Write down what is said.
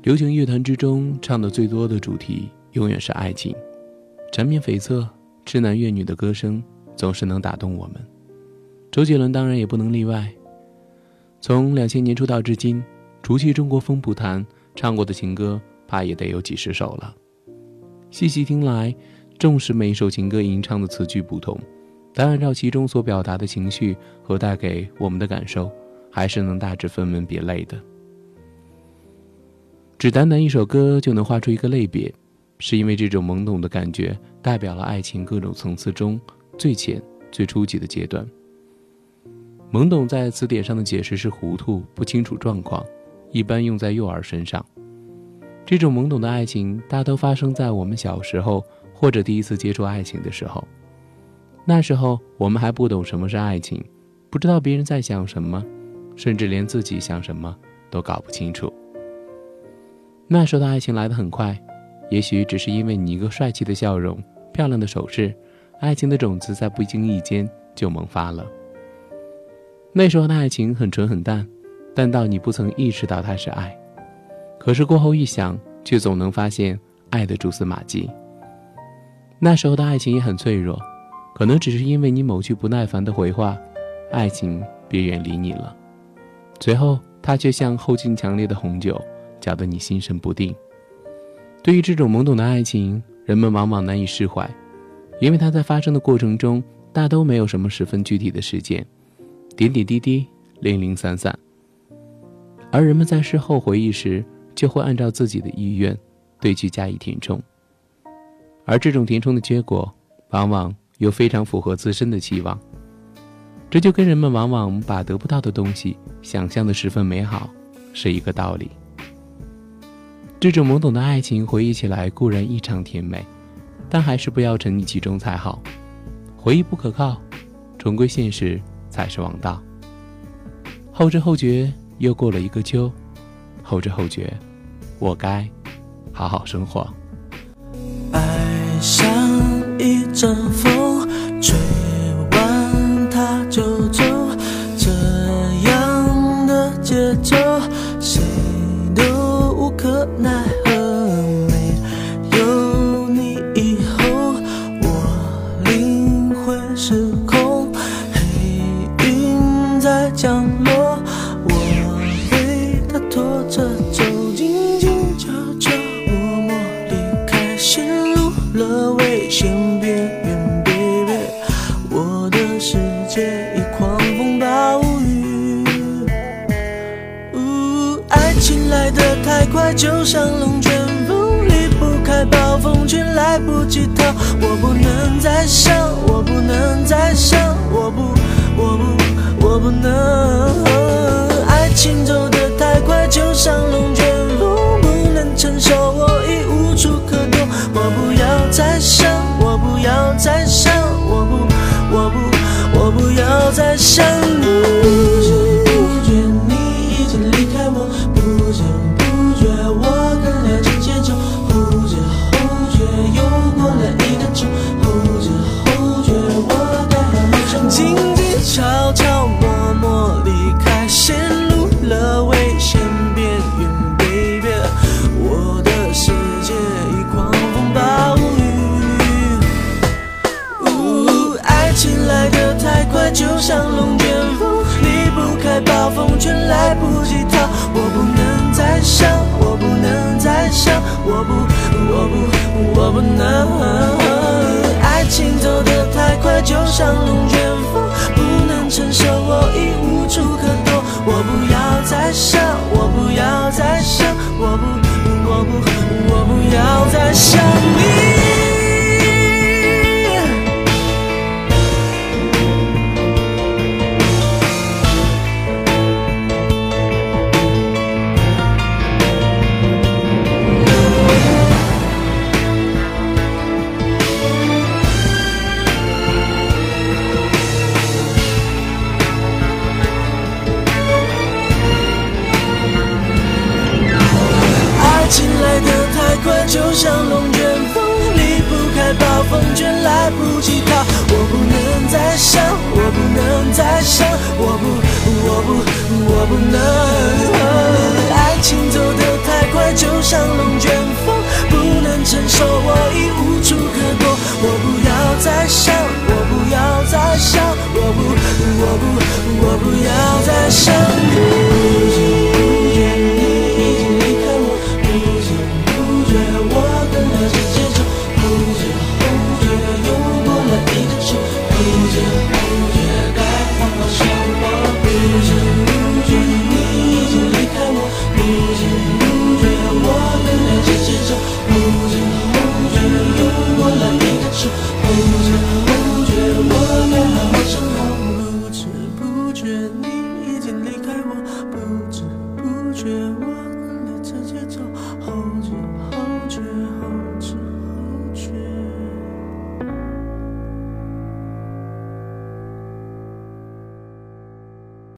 流行乐坛之中唱的最多的主题永远是爱情，缠绵悱恻、痴男怨女的歌声总是能打动我们。周杰伦当然也不能例外。从2000年出道至今，除去中国风不谈，唱过的情歌怕也得有几十首了。细细听来，纵使每一首情歌吟唱的词句不同，但按照其中所表达的情绪和带给我们的感受，还是能大致分门别类的。只单单一首歌就能画出一个类别，是因为这种懵懂的感觉代表了爱情各种层次中最浅最初级的阶段。懵懂在词典上的解释是糊涂、不清楚状况，一般用在幼儿身上。这种懵懂的爱情大都发生在我们小时候或者第一次接触爱情的时候。那时候我们还不懂什么是爱情，不知道别人在想什么，甚至连自己想什么都搞不清楚。那时候的爱情来得很快，也许只是因为你一个帅气的笑容、漂亮的首饰，爱情的种子在不经意间就萌发了。那时候的爱情很纯很淡，淡到你不曾意识到它是爱，可是过后一想，却总能发现爱的蛛丝马迹。那时候的爱情也很脆弱，可能只是因为你某句不耐烦的回话，爱情便远离你了。随后它却像后劲强烈的红酒，搅得你心神不定。对于这种懵懂的爱情，人们往往难以释怀，因为它在发生的过程中大都没有什么十分具体的事件，点点滴滴，零零散散，而人们在事后回忆时，就会按照自己的意愿对其加以填充，而这种填充的结果往往又非常符合自身的期望，这就跟人们往往把得不到的东西想象的十分美好是一个道理。这种懵懂的爱情回忆起来固然异常甜美，但还是不要沉溺其中才好。回忆不可靠，重归现实才是王道。后知后觉又过了一个秋，后知后觉我该好好生活。 爱像一阵风，吹完它就走，这样的节奏谁都无可奈何。没有你以后，我灵魂失控，黑云在降落，我被它拖着走，静静悄悄默默离开，陷入了危险边缘 baby， 我的世界已狂风暴雨。爱情来得太快，就像龙卷风，离不开暴风圈，来不及逃。我不能再想，我不能再想，我不能。爱情走得太快，就像龙卷风，不能承受，我已无处可躲。我不要再想，我不要再想，我不要再想你。不知不觉你已经离开我，不知不觉我跟爱情牵手，后知后觉又过了一个秋，后知后觉我该好好生活。静静悄悄默默离开，陷入了危险边缘 baby， 我的世界已狂风暴雨。爱情来得太快，就像龙卷风，离不开暴风圈，来不及逃。我不能再想，我不能再想，我不能。爱情走得太快，就像龙卷风，不能承受，我已无处可躲。我不要再想，我不要再想，我不要再想你。就像龙卷风，离不开暴风圈，来不及逃。我不能再想，我不能再想，我不能。爱情走得太快，就像像龙卷风，不能承受，我已无处可躲。我不要再想，我不要再想，我不要再想。不知不觉你已经离开我，不知不觉我跟了这节奏，不知不觉又过了一个秋，不知不觉该好好生活。不知不觉你已经离开我，不知不觉我跟了这节奏，不知不觉又过了一个秋，不知不觉我该好好生活。不知不觉你已经离开我，不知不觉我跟了这节奏。